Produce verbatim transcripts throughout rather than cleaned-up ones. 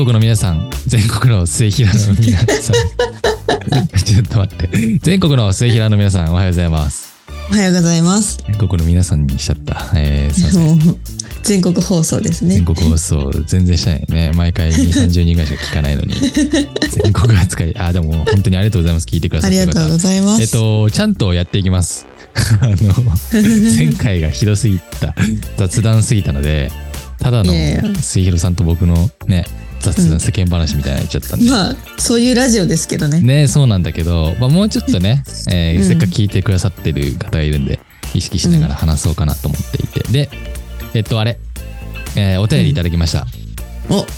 国の皆さん、全国の末平の皆さんちょっと待って、全国の末平の皆さん、おはようございます。 おはようございます。 全国の皆さんにしちゃった。えー、すいません。 全国放送ですね。 全国放送、全然したいね。毎回にじゅう、さんじゅうにんぐらいしか聞かないのに。全国扱い。あ、でも本当にありがとうございます。聞いてくださって。 ありがとうございます。 えっと、ちゃんとやっていきます。あの、前回がひどすぎた、雑談すぎたので、ただの末広さんと僕のね、雑談世間話みたいになっちゃったんで、 うん、まあそういうラジオですけどね。 ね、そうなんだけど、まあ、もうちょっとね、えーうん、せっかく聞いてくださってる方がいるんで意識しながら話そうかなと思っていて、うん、でえっとあれ、えー、お便りいただきました。 うん、お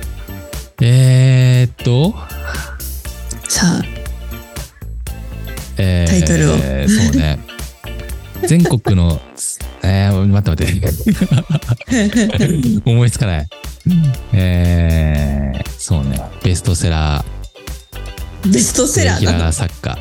えー、っとさあ、 えー、 タイトルを、 えー、そうね全国のえー、待って待って思いつかない。えー、そうね、ベストセラーベストセラー平作家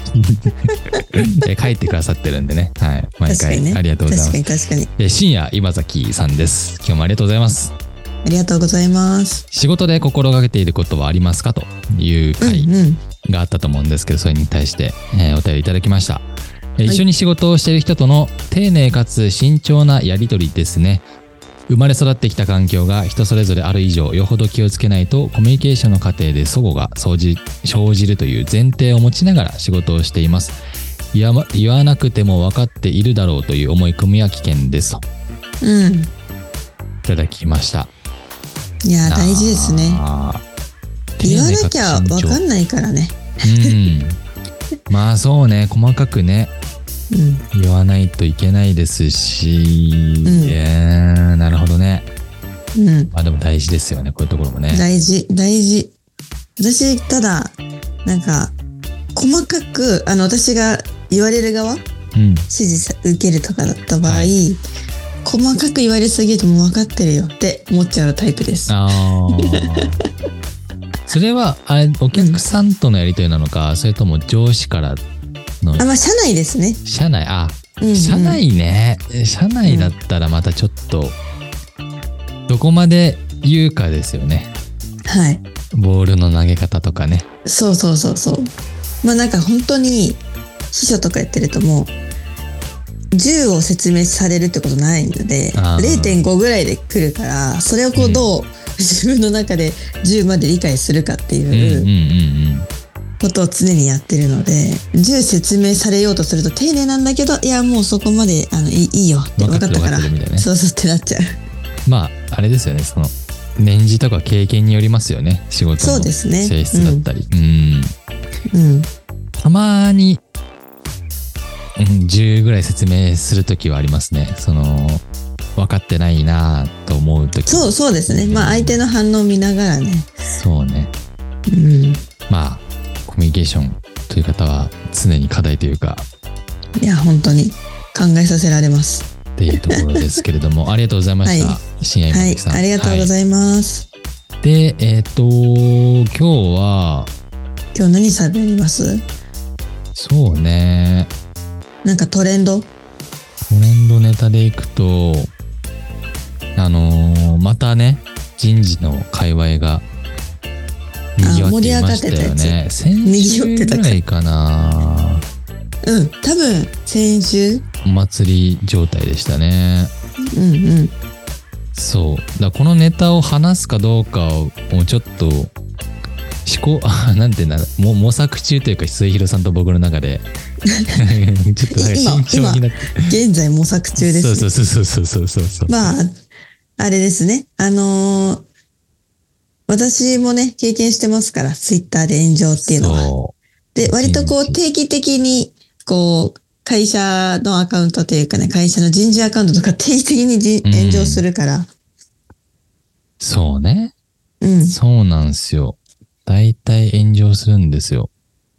書いてくださってるんでね、はい、毎回、ね、ありがとうございます。 確かに確かに。 え深夜今崎さんです。今日もありがとうございます。 ありがとうございます。 仕事で心がけていることはありますかという回があったと思うんですけど、それに対して、えー、お便りいただきました。一緒に仕事をしている人との丁寧かつ慎重なやり取りですね。生まれ育ってきた環境が人それぞれある以上、よほど気をつけないとコミュニケーションの過程で齟齬が生じ、生じるという前提を持ちながら仕事をしています。言わ、言わなくても分かっているだろうという思い込みは危険ですと。 うん。いただきました。 いや大事ですね。言わなきゃ分かんないからね。 うん。まあそうね、細かくね。うん、言わないといけないですし、うん、えー、なるほどね。うん。まあでも大事ですよね、こういうところもね。 大事、大事。私、ただ、なんか、細かく、あの、私が言われる側、うん、指示受けるとかだった場合、はい、細かく言われすぎるともう分かってるよって思っちゃうタイプです。 ああ。それは、あれ、お客さんとのやりとりなのか、うん、それとも上司からのあ、まあ、社内ですね。 社内、あ、うんうん、社内ね。社内だったらまたちょっと、どこまで言うかですよね。 はい。 ボールの投げ方とかね。 そうそうそうそう。まあなんか本当に、秘書とかやってるともう、じゅうを説明されるってことないので、れいてんご ぐらいで来るから、それをこうどう、うん、自分の中でじゅうまで理解するかっていう、うんうんうんうんことを常にやってるので、じゅう説明されようとすると丁寧なんだけど、いやもうそこまであのいい、いいよって分かったから、ね、そうそうってなっちゃう。 まああれですよね、その年次とか経験によりますよね、仕事の性質だったり。う、ね、うん、うん、たまに、うん、じゅうぐらい説明するときはありますね。その分かってないなと思うとき。そうそうですね。まあ相手の反応を見ながらね。 そうね。 うん。 まあ。コミュニケーションという方は常に課題というか、 いや本当に考えさせられますっていうところですけれどもありがとうございました、はい、深夜今崎さん、 はい、ありがとうございます、 はい、でえっ、ー、と今日は今日何喋ります？ そうね、 なんかトレンドトレンドネタでいくとあのー、またね人事の界隈が盛り上がってたやつ。 先週ぐらいかな。 うん、多分先週。 お祭り状態でしたね。 うんうん。 そう。だからこのネタを話すかどうかをもうちょっと思考、あ、なんていうんだろう、も模索中というか末広さんと僕の中でちょっと慎重になって。 現在模索中です、ね。 そうそうそうそうそうそうそう。 まああれですね。あのー。私もね、経験してますから、ツイッターで炎上っていうのは。で、割とこう定期的に、こう、会社のアカウントというかね、会社の人事アカウントとか定期的にじ、うん、炎上するから。 そうね。 うん。 そうなんですよ。大体炎上するんですよ。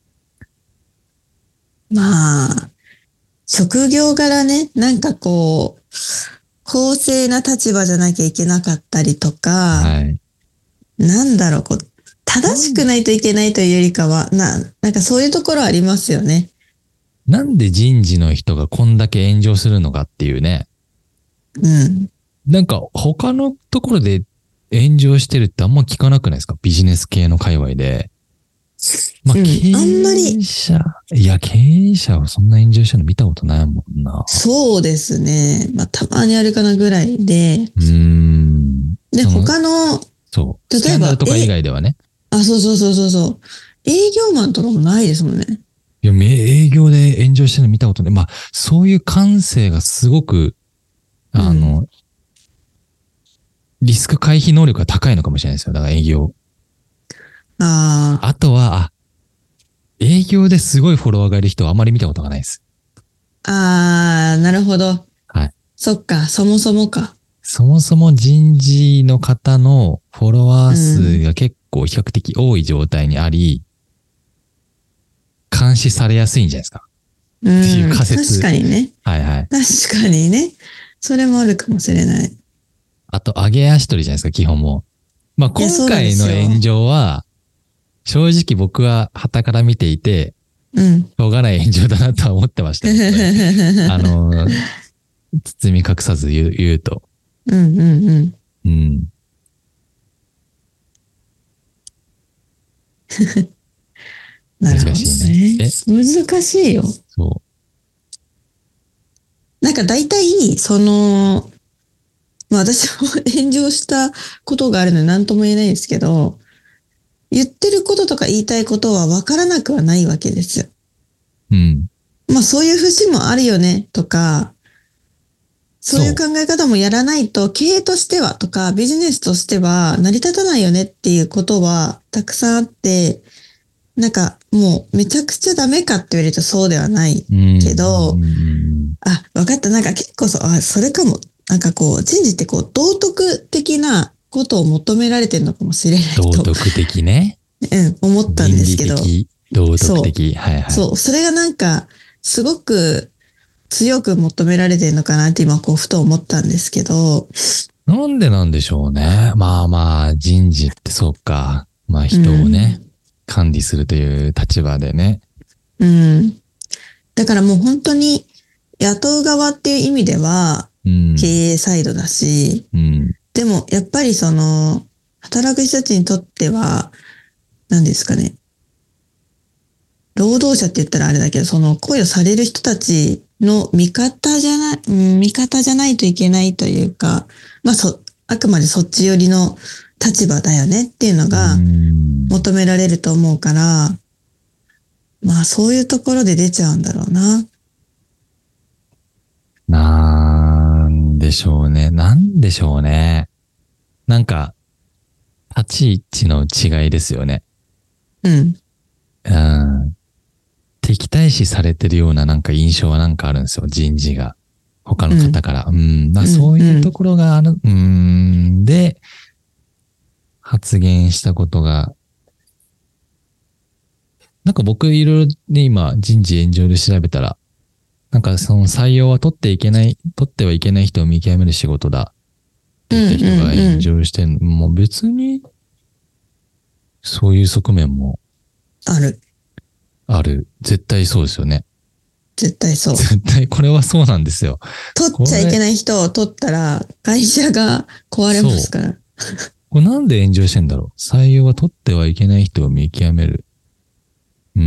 まあ、職業柄ね、なんかこう、公正な立場じゃなきゃいけなかったりとか、はい。なんだろう、こう、正しくないといけないというよりかは、な、なんかそういうところありますよね。 なんで人事の人がこんだけ炎上するのかっていうね。 うん。 なんか他のところで炎上してるってあんま聞かなくないですか？ビジネス系の界隈で。まあ、経営者、うん、いや、経営者はそんな炎上したの見たことないもんな。 そうですね。まあ、たまにあるかなぐらいで。 うーん。 で、他の、 そう。例えば、とか以外ではね。 あ、そうそうそうそうそう。営業マンとかもないですもんね。 いや、営業で炎上してるの見たことない。まあ、そういう感性がすごく、あの、うん、リスク回避能力が高いのかもしれないですよ。だから営業。 ああ。 あとは、あ、営業ですごいフォロワーがいる人はあまり見たことがないです。 ああ、なるほど。 はい。 そっか、そもそもか。 そもそも人事の方のフォロワー数が結構比較的多い状態にあり、うん、監視されやすいんじゃないですか。 うん、っていう仮説。確かにね。 はいはい。 確かにね。それもあるかもしれない。 あと、上げ足取りじゃないですか、基本も。まあ、今回の炎上は、正直僕は傍から見ていて、うん。しょうがない炎上だなとは思ってました。あの、包み隠さず言う、言うと。 うんうんうん。うん。なるほどね。難しいね。え？難しいよ。 そう。 なんか大体、その、まあ私も炎上したことがあるので何とも言えないですけど、言ってることとか言いたいことは分からなくはないわけですよ。 うん。 まあそういう節もあるよねとか、そういう考え方もやらないと経営としてはとかビジネスとしては成り立たないよねっていうことはたくさんあって、なんかもうめちゃくちゃダメかって言われるとそうではないけど、うん、あ、分かった。なんか結構そう、あ、それかも。なんかこう、人事ってこう、道徳的なことを求められてるのかもしれないと。 道徳的ね。 うん、思ったんですけど。 倫理的、道徳的。はいはい。 そう、それがなんか、すごく強く求められてるのかなって今、こう、ふと思ったんですけど。 なんでなんでしょうね。まあまあ、人事ってそうか。まあ人をね、うん、管理するという立場でね。 うん。だからもう本当に、雇う側っていう意味では、経営サイドだし、うん、でもやっぱりその働く人たちにとっては何ですかね、労働者って言ったらあれだけど、その雇用される人たちの味方じゃない、うん、味方じゃないといけないというか、まあそあくまでそっち寄りの立場だよねっていうのが求められると思うから、まあそういうところで出ちゃうんだろうな。 なんでしょうね。なんでしょうね。なんか、立ち位置の違いですよね。 うん。 うん。敵対視されてるようななんか印象はなんかあるんですよ。人事が。他の方から。うん。うんまあ、そういうところがある。うん。で、発言したことが、なんか僕いろいろね、今人事炎上で調べたら、なんかその採用は取っていけない、取ってはいけない人を見極める仕事だって言った人が炎上してるの、うんうんうん、もう別に、そういう側面も。 ある。 ある。絶対そうですよね。 絶対そう。 絶対これはそうなんですよ。 取っちゃいけない人を取ったら会社が壊れますから。 これなんで炎上してんだろう。採用は取ってはいけない人を見極める。うん。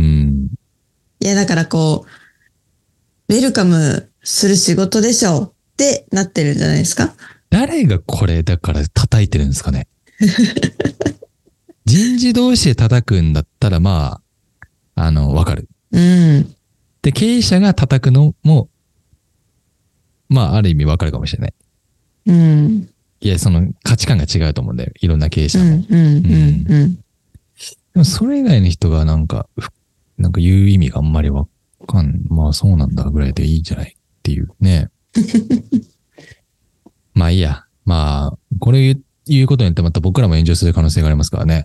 いやだからこう、ウェルカムする仕事でしょうってなってるんじゃないですか。 誰がこれだから叩いてるんですかね。人事同士で叩くんだったらまあ、あの、わかる。 うん。 で、経営者が叩くのも、まあ、ある意味わかるかもしれない。 うん。 いや、その価値観が違うと思うんだよ。いろんな経営者も。 うん、うん、うん、うん。でもそれ以外の人がなんか、なんか言う意味があんまりわかん、まあそうなんだぐらいでいいんじゃないっていうね。まあいいや。まあ、これ言う、言うことによってまた僕らも炎上する可能性がありますからね。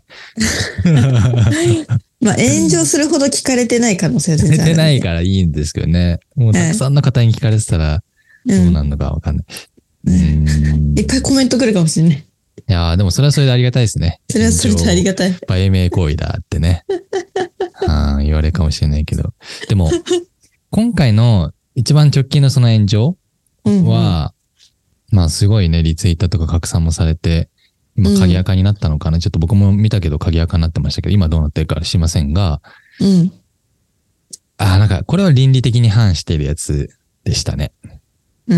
まあ炎上するほど聞かれてない可能性は全然ある。 聞かれてないからいいんですけどね。もうたくさんの方に聞かれてたらどうなるのかわかんない。 うんうん、いっぱいコメント来るかもしれない。 いやーでもそれはそれでありがたいですね。 それはそれでありがたい。 売名行為だってね。あ言われるかもしれないけど。でも、今回の一番直近のその炎上は、うんうん、まあすごいね、リツイートとか拡散もされて、 今鍵垢になったのかな、うん、ちょっと僕も見たけど鍵垢になってましたけど、今どうなってるか知りませんが、 うん。 ああ、なんか、これは倫理的に反しているやつでしたね。 うん。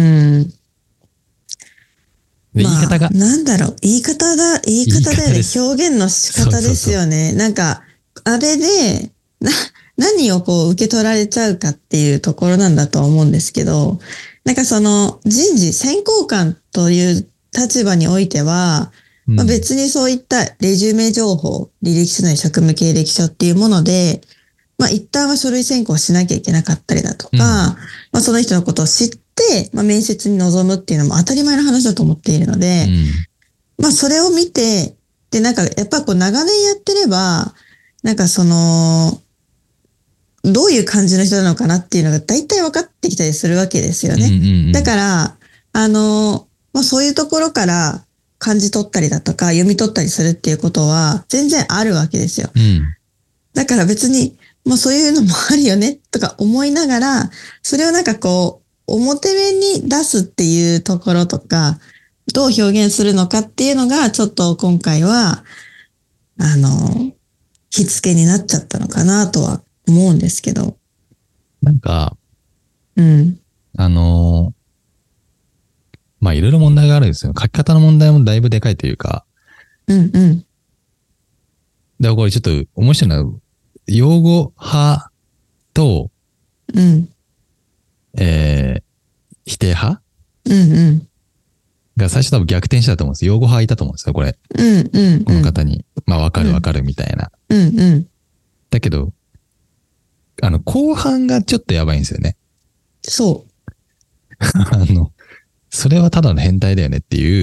で、まあ、言い方が。 なんだろう、言い方だ、言い方だよね。表現の仕方ですよね。そうそうそう、なんか、あれで、な、何をこう受け取られちゃうかっていうところなんだとは思うんですけど、なんかその人事選考官という立場においては、うん、まあ、別にそういったレジュメ情報、履歴書なり職務経歴書っていうもので、まあ一旦は書類選考しなきゃいけなかったりだとか、うん、まあその人のことを知って、まあ面接に臨むっていうのも当たり前の話だと思っているので、うん、まあそれを見て、でなんかやっぱこう長年やってれば、なんかその、どういう感じの人なのかなっていうのが大体分かってきたりするわけですよね。うんうんうん、だから、あの、まあそういうところから感じ取ったりだとか読み取ったりするっていうことは全然あるわけですよ。うん、だから別に、もうそういうのもあるよねとか思いながら、それをなんかこう、表面に出すっていうところとか、どう表現するのかっていうのが、ちょっと今回は、あの、火付けになっちゃったのかなとは思うんですけど。 なんか、 うん。 あの、まあいろいろ問題があるんですよ。書き方の問題もだいぶでかいというか。 うんうん。 だからこれちょっと面白いのは、用語派と、 うん、 えー、否定派、 うんうん、 が最初多分逆転したと思うんです。用語派いたと思うんですよ、これ。 うんうんうん、 この方に。まあわかるわかるみたいな。 うんうん、 だけど、あの、後半がちょっとやばいんですよね。 そう。 あの、それはただの変態だよねっていう、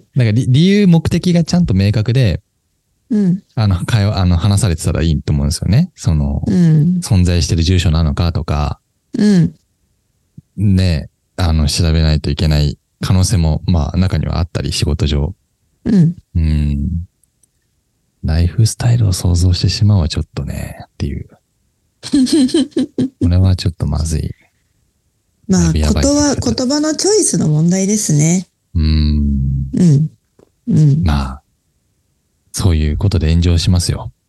なんか理由、目的がちゃんと明確で、うん、あの、会話、あの、話されてたらいいと思うんですよね。その、うん、存在してる住所なのかとか、うん、ね、あの、調べないといけない可能性も、まあ、中にはあったり、仕事上。うん。うん。ライフスタイルを想像してしまうはちょっとね、っていう。これはちょっとまずい。 まあ、言葉、言葉のチョイスの問題ですね。 うん。うん。うん。まあ、そういうことで炎上しますよ。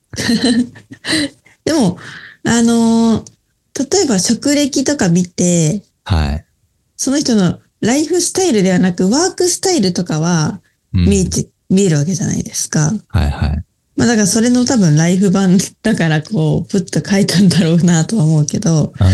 でも、あのー、例えば職歴とか見て、はい。その人のライフスタイルではなく、ワークスタイルとかは見えて、うん、見えるわけじゃないですか。はいはい。まあだからそれの多分ライフ版だからこう、プッと書いたんだろうなとは思うけど。うん。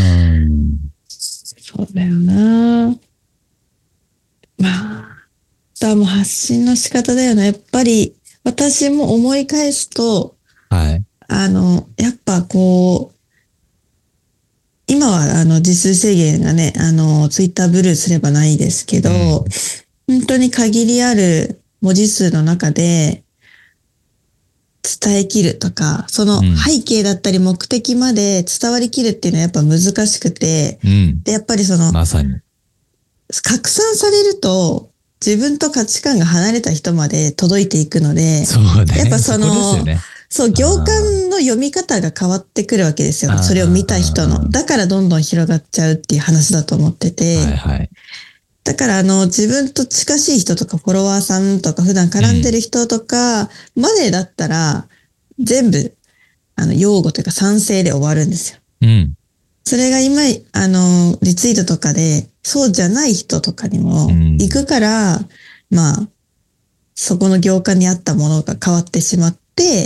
そうだよな。まあ、だからもう発信の仕方だよね。やっぱり、私も思い返すと、はい。あの、やっぱこう、今はあの字数制限がね、あの、ツイッターブルーすればないですけど、うん、本当に限りある文字数の中で伝えきるとか、その背景だったり目的まで伝わりきるっていうのはやっぱ難しくて、うん、で、やっぱりその、 まさに。 拡散されると、自分と価値観が離れた人まで届いていくので、そうね、やっぱその、そね、そう、行間の読み方が変わってくるわけですよ。それを見た人の。だからどんどん広がっちゃうっていう話だと思ってて。はいはい、だからあの、自分と近しい人とかフォロワーさんとか普段絡んでる人とかまでだったら、全部、あの、用語というか賛成で終わるんですよ。うん。それが今、あの、リツイートとかで、そうじゃない人とかにも行くから、うん、まあ、そこの行間にあったものが変わってしまって、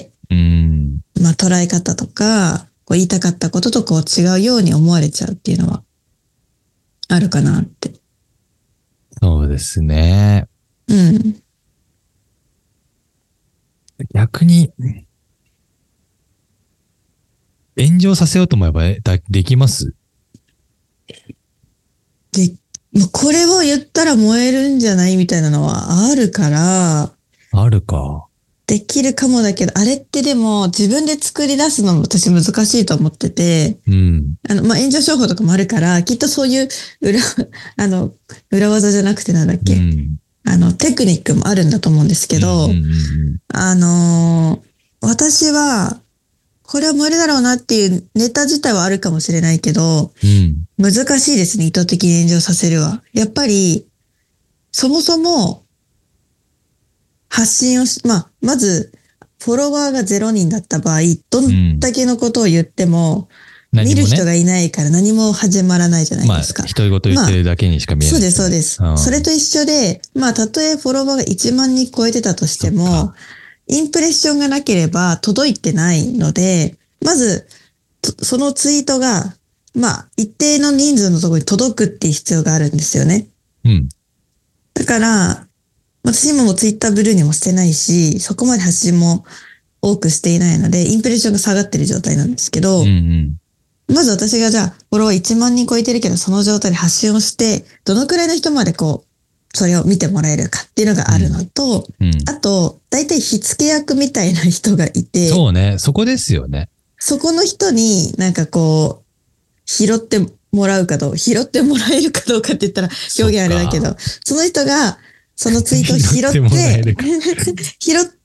うん、まあ捉え方とか、こう言いたかったこととこう違うように思われちゃうっていうのは、あるかなって。 そうですね。うん。逆に、炎上させようと思えばできます？ で、もうこれを言ったら燃えるんじゃないみたいなのはあるから。 あるか。 できるかもだけど、あれってでも自分で作り出すのも私難しいと思ってて、うん、あの、まあ、炎上商法とかもあるから、きっとそういう裏、あの、裏技じゃなくてなんだっけ、うん、あの、テクニックもあるんだと思うんですけど、うんうんうん、あのー、私は、これは無理だろうなっていうネタ自体はあるかもしれないけど、うん、難しいですね、意図的に炎上させるは。やっぱり、そもそも、 発信をし、まあ、まず、フォロワーがゼロにんだった場合、どんだけのことを言っても、うん、見る人がいないから何も始まらないじゃないですか。 まあ、独り言言ってるだけにしか見えない、 まあ。そうです、そうです。それと一緒で、まあ、たとえフォロワーがいちまんにん超えてたとしても、インプレッションがなければ届いてないので、まず、そのツイートが、まあ、一定の人数のところに届くっていう必要があるんですよね。 うん。 だから、私今もツイッターブルーにもしてないし、そこまで発信も多くしていないので、インプレッションが下がってる状態なんですけど、うんうん、まず私がじゃあ、フォロワーいちまんにん超えてるけど、その状態で発信をして、どのくらいの人までこう、それを見てもらえるかっていうのがあるのと、うんうん、あと、大体火付け役みたいな人がいて、 そうね、そこですよね。 そこの人になんかこう、拾ってもらうかどう、拾ってもらえるかどうかって言ったら表現あれだけど、その人が、そのツイートを拾って、拾って、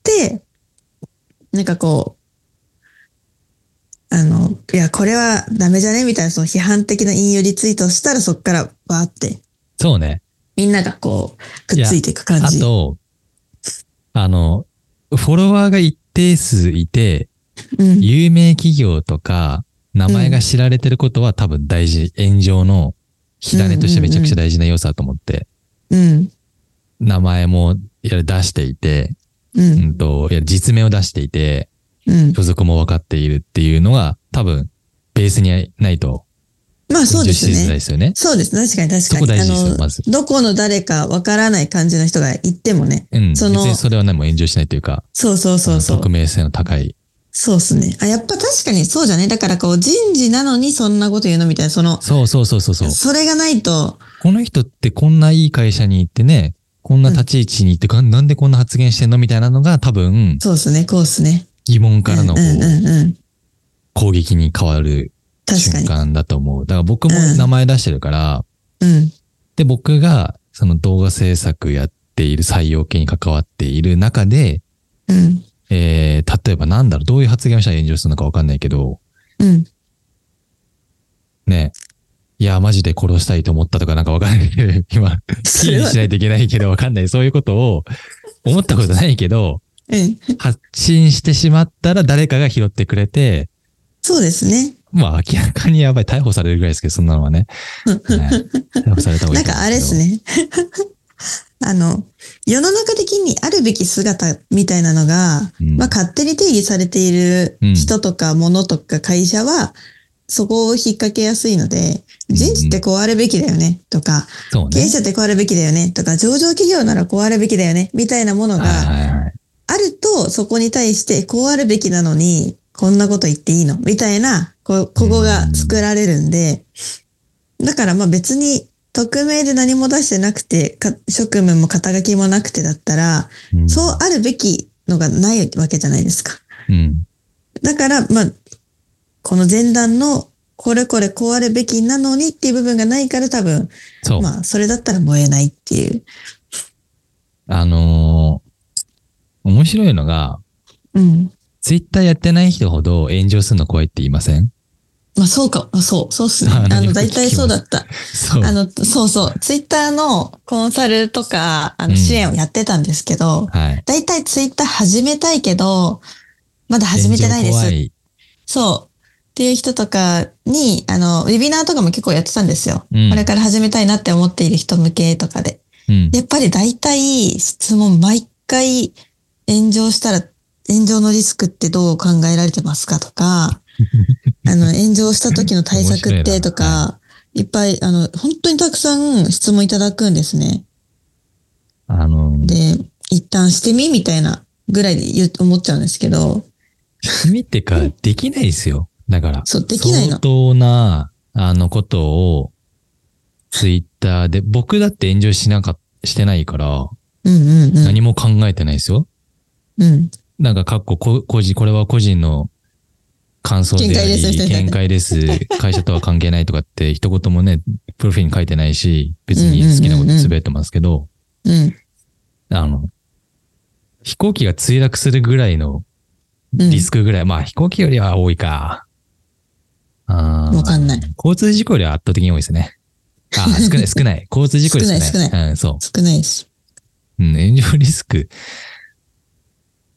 なんかこう、あの、いや、これはダメじゃねみたいな、その批判的な引用リツイートをしたら、そっからバーって。 そうね。 みんながこう、くっついていく感じ。 あと、あの、フォロワーが一定数いて、うん、有名企業とか、名前が知られてることは多分大事、炎上の火種としてめちゃくちゃ大事な要素だと思って。うん。うん名前もやる出していて、うん、うんといや実名を出していて、うん、所属も分かっているっていうのが多分ベースにないと。 まあそうですね。 しづらいですよね。 そうです。確かに確かに。 そこ大事ですよ、まず。 どこの誰か分からない感じの人がいてもね。 うん。その別にそれは何も炎上しないというか。 そうそうそうそう。 匿名性の高い。 そうですね。あ、やっぱ確かにそうじゃね。だからこう人事なのにそんなこと言うのみたいな、その。 そうそうそうそう。 それがないと。 この人ってこんないい会社に行ってね、こんな立ち位置に行って、うん、なんでこんな発言してんのみたいなのが多分。 そうですね、こうですね。 疑問からのこう、攻撃に変わる瞬間だと思う。だから僕も名前出してるから、うん、で、僕がその動画制作やっている採用系に関わっている中で、うんえー、例えばなんだろう、どういう発言をしたら炎上するのかわかんないけど、うん、ね。いや、マジで殺したいと思ったとかなんかわかんないけど、今、キーにしないといけないけどわかんない。そういうことを思ったことないけど、うん、発信してしまったら誰かが拾ってくれて、 そうですね。 まあ明らかにやばい。逮捕されるぐらいですけど、そんなのはね。ね逮捕された方がいい。 なんかあれですね。あの、世の中的にあるべき姿みたいなのが、うん、まあ勝手に定義されている人とか物とか会社は、そこを引っ掛けやすいので、人事ってこうあるべきだよねとか、うんね、経営者ってこうあるべきだよねとか、上場企業ならこうあるべきだよねみたいなものがあると、そこに対してこうあるべきなのに、こんなこと言っていいのみたいな、こう、ここが作られるんで、だからまあ別に匿名で何も出してなくて、職務も肩書きもなくてだったら、うん、そうあるべきのがないわけじゃないですか。うん、だからまあ、この前段のこれこれこうあるべきなのにっていう部分がないから多分、まあそれだったら燃えないっていう。 あのー、面白いのが、うん。ツイッターやってない人ほど炎上するの怖いって言いません？ まあそうか、そう、そうっすね。あの、大体そうだった。そう。あの、そうそう。ツイッターのコンサルとか、あの、支援をやってたんですけど、うんはい、大体ツイッター始めたいけど、まだ始めてないです。そう。っていう人とかに、あの、ウェビナーとかも結構やってたんですよ。うん、これから始めたいなって思っている人向けとかで。うん、やっぱり大体質問毎回炎上したら、炎上のリスクってどう考えられてますかとか、あの、炎上した時の対策ってとか、はい、いっぱい、あの、本当にたくさん質問いただくんですね。あのー、で、一旦してみみたいなぐらいで言う思っちゃうんですけど。 してみってか、できないですよ。だから、 そう、できないの。 相当な、あのことを、ツイッターで、僕だって炎上しなか、してないから、うんうんうん、何も考えてないですよ。うん。なんか、かっこ、個人、これは個人の感想であり、見解です。会社とは関係ないとかって一言もね、プロフィールに書いてないし、別に好きなこと滑ってますけど、うん。あの、飛行機が墜落するぐらいのリスクぐらい、うん、まあ飛行機よりは多いか。 あわかんない。 交通事故よりは圧倒的に多いですね。あ、少ない、少ない。交通事故ですね。 少ない、少ない。 うん、そう。 少ないです。 うん、炎上リスク。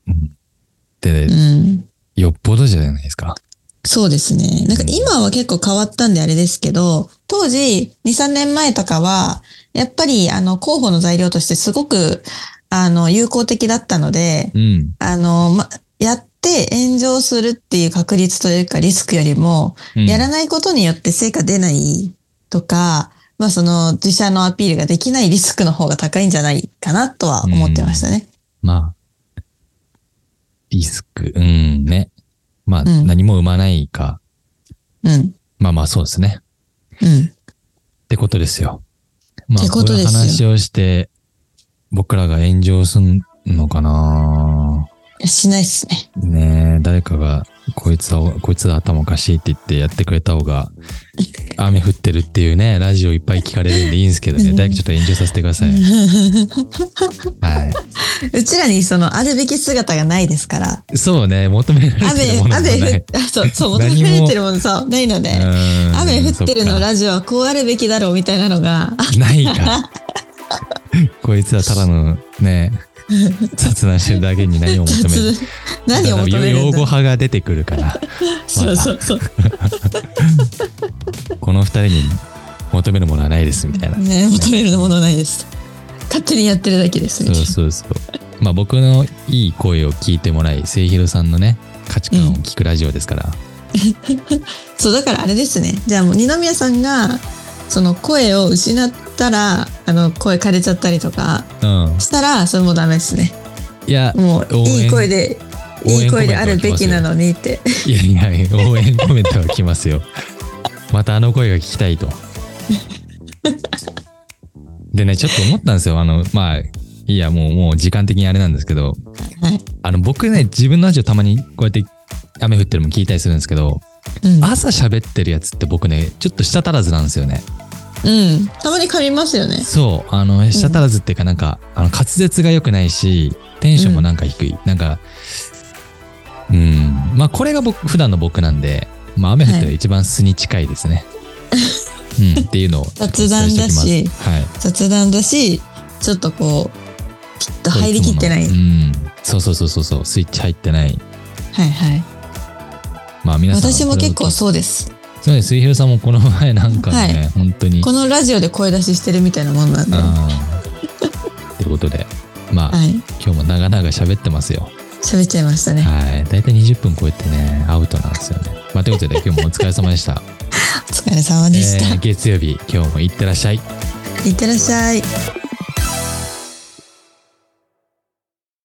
で、うん、よっぽどじゃないですか。 そうですね。なんか今は結構変わったんであれですけど、当時に、さんねんまえとかは、やっぱりあの候補の材料としてすごくあの有効的だったので、うん、あの、ま、やって炎上するっていう確率というかリスクよりも、うん、やらないことによって成果出ないとか、まあその自社のアピールができないリスクの方が高いんじゃないかなとは思ってましたね。 うん、まあ、リスク、うんね。まあ、うん、何も生まないか。うん。まあまあそうですね。うん。ってことですよ。まあ、こういう話をして、僕らが炎上すんのかな？ しないっすね。 ねえ、誰かが、こいつは、こいつは頭おかしいって言ってやってくれた方が、雨降ってるっていうね、ラジオいっぱい聞かれるんでいいんですけどね、誰かちょっと炎上させてください。 はい。うちらにその、あるべき姿がないですから。 そうね、求められてるものがない。 雨、雨、そう、そう、求められてるものそう、ないので、雨降ってるのラジオはこうあるべきだろうみたいなのが。 ないか。こいつはただのね、雑談してるだけに何を求める何を求めるんだ用語派が出てくるから、 そうそうそうこの二人に求めるものはないですみたいな、 ね、求めるものはないです、勝手にやってるだけですみたいな。 そうそうそう。まあ僕のいい声を聞いてもらい、末広さんのね価値観を聞くラジオですから、うん、 そうだからあれですね。じゃあもう二宮さんがその声を失ったらあの声枯れちゃったりとかしたら、うん、それもダメですね。 いやもういい声でいい声であるべきなのにって。 いやいや応援コメントは来ますよ。またあの声が聞きたいと。でねちょっと思ったんですよ。あのまあいいやもうもう時間的にあれなんですけど、はい、あの僕ね自分のラジオたまにこうやって雨降ってるのも聞いたりするんですけど。うん、朝喋ってるやつって僕ねちょっと舌足らずなんですよね。 うんたまに噛みますよね。 そうあの舌足らずっていうかなんか、うん、あの滑舌が良くないしテンションもなんか低い、うん、なんかうんまあこれが僕普段の僕なんで、まあ、雨降ってる一番素に近いですね、はいうん、っていうのを雑談だし、はい、雑談だしちょっとこうピッと入りきってない、 うん、そうそうそうそうそうスイッチ入ってないはいはいまあ皆さん私も結構そうです。 そうです。末広さんもこの前なんかね、はい、本当にこのラジオで声出ししてるみたいなもんなんで。 ということで、まあ、はい、今日も長々喋ってますよ。 喋っちゃいましたね。 はい、だいたいにじゅっぷん超えてねアウトなんですよね。まあということで今日もお疲れ様でした。 お疲れ様でした。 えー、月曜日今日もいってらっしゃい。 いってらっしゃい。